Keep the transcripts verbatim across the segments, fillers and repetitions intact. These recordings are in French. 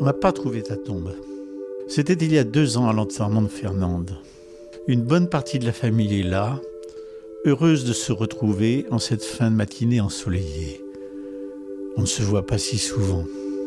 On n'a pas trouvé ta tombe. C'était il y a deux ans à l'enterrement de Fernande. Une bonne partie de la famille est là, heureuse de se retrouver en cette fin de matinée ensoleillée. On ne se voit pas si souvent.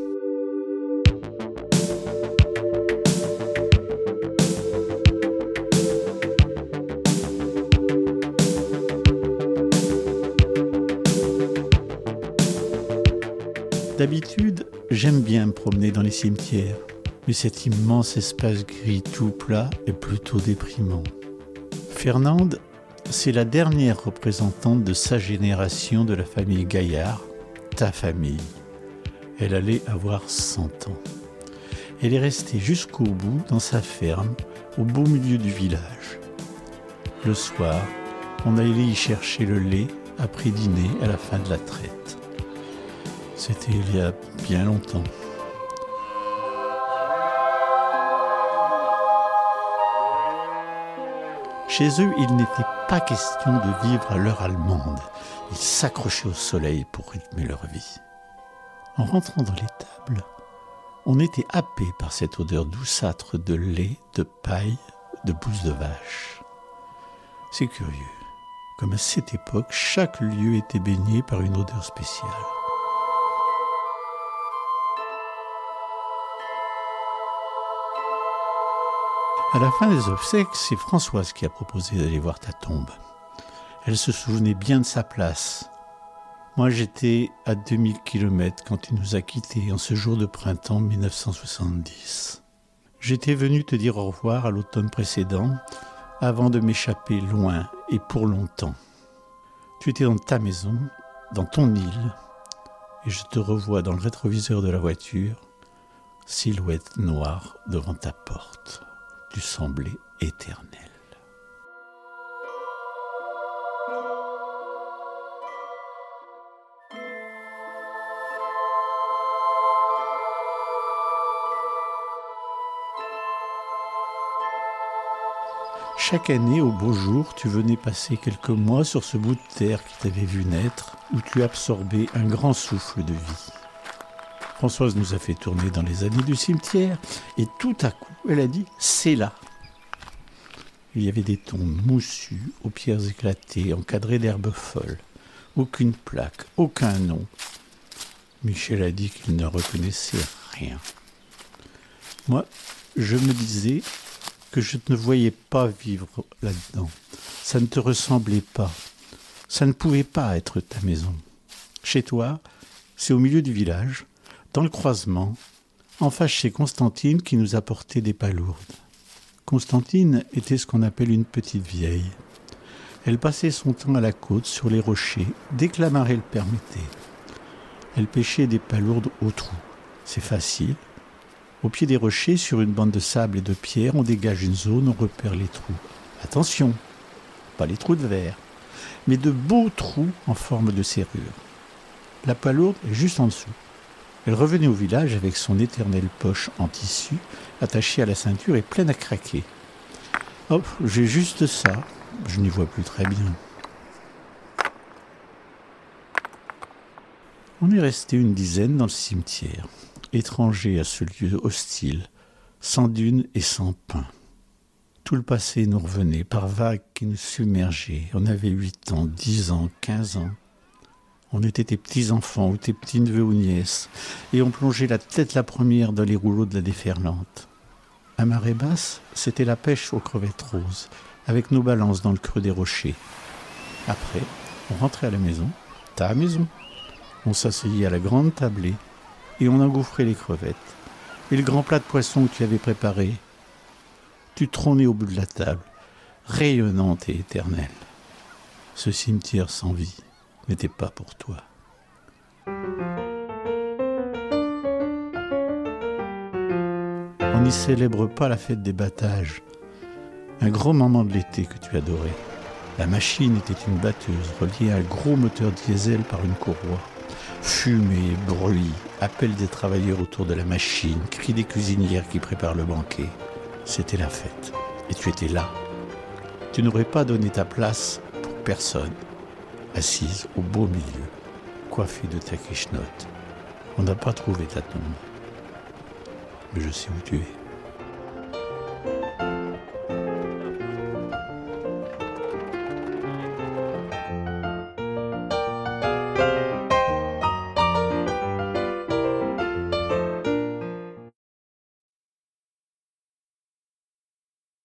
D'habitude, j'aime bien me promener dans les cimetières, mais cet immense espace gris tout plat est plutôt déprimant. Fernande, c'est la dernière représentante de sa génération de la famille Gaillard, ta famille. Elle allait avoir cent ans. Elle est restée jusqu'au bout dans sa ferme, au beau milieu du village. Le soir, on allait y chercher le lait après dîner à la fin de la traite. C'était il y a bien longtemps. Chez eux, il n'était pas question de vivre à l'heure allemande. Ils s'accrochaient au soleil pour rythmer leur vie. En rentrant dans l'étable, on était happé par cette odeur douceâtre de lait, de paille, de bouse de vache. C'est curieux, comme à cette époque, chaque lieu était baigné par une odeur spéciale. À la fin des obsèques, c'est Françoise qui a proposé d'aller voir ta tombe. Elle se souvenait bien de sa place. Moi, j'étais à deux mille kilomètres quand tu nous as quittés en ce jour de printemps mille neuf cent soixante-dix. J'étais venu te dire au revoir à l'automne précédent, avant de m'échapper loin et pour longtemps. Tu étais dans ta maison, dans ton île, et je te revois dans le rétroviseur de la voiture, silhouette noire devant ta porte. Tu semblais éternel. Chaque année, au beau jour, tu venais passer quelques mois sur ce bout de terre qui t'avait vu naître, où tu absorbais un grand souffle de vie. Françoise nous a fait tourner dans les années du cimetière et tout à coup, elle a dit « c'est là ». Il y avait des tombes moussues, aux pierres éclatées, encadrées d'herbes folles. Aucune plaque, aucun nom. Michel a dit qu'il ne reconnaissait rien. Moi, je me disais que je ne voyais pas vivre là-dedans. Ça ne te ressemblait pas. Ça ne pouvait pas être ta maison. Chez toi, c'est au milieu du village, dans le croisement, en face chez Constantine qui nous apportait des palourdes. Constantine était ce qu'on appelle une petite vieille. Elle passait son temps à la côte, sur les rochers, dès que la marée le permettait. Elle pêchait des palourdes au trou. C'est facile. Au pied des rochers, sur une bande de sable et de pierre, on dégage une zone, on repère les trous. Attention, pas les trous de verre, mais de beaux trous en forme de serrure. La palourde est juste en dessous. Elle revenait au village avec son éternelle poche en tissu, attachée à la ceinture et pleine à craquer. Hop, j'ai juste ça, je n'y vois plus très bien. On est resté une dizaine dans le cimetière, étrangers à ce lieu hostile, sans dunes et sans pins. Tout le passé nous revenait par vagues qui nous submergeaient. On avait huit ans, dix ans, quinze ans. On était tes petits-enfants ou tes petits-neveux ou nièces, et on plongeait la tête la première dans les rouleaux de la déferlante. À marée basse, c'était la pêche aux crevettes roses, avec nos balances dans le creux des rochers. Après, on rentrait à la maison, ta maison. On s'asseyait à la grande tablée, et on engouffrait les crevettes. Et le grand plat de poisson que tu avais préparé, tu trônais au bout de la table, rayonnante et éternelle. Ce cimetière sans vie n'était pas pour toi. On n'y célèbre pas la fête des battages, un grand moment de l'été que tu adorais. La machine était une batteuse reliée à un gros moteur diesel par une courroie. Fumée, bruit, appel des travailleurs autour de la machine, cris des cuisinières qui préparent le banquet. C'était la fête. Et tu étais là. Tu n'aurais pas donné ta place pour personne. Assise au beau milieu, coiffée de ta quichenotte. On n'a pas trouvé ta tombe. mais je sais où tu es.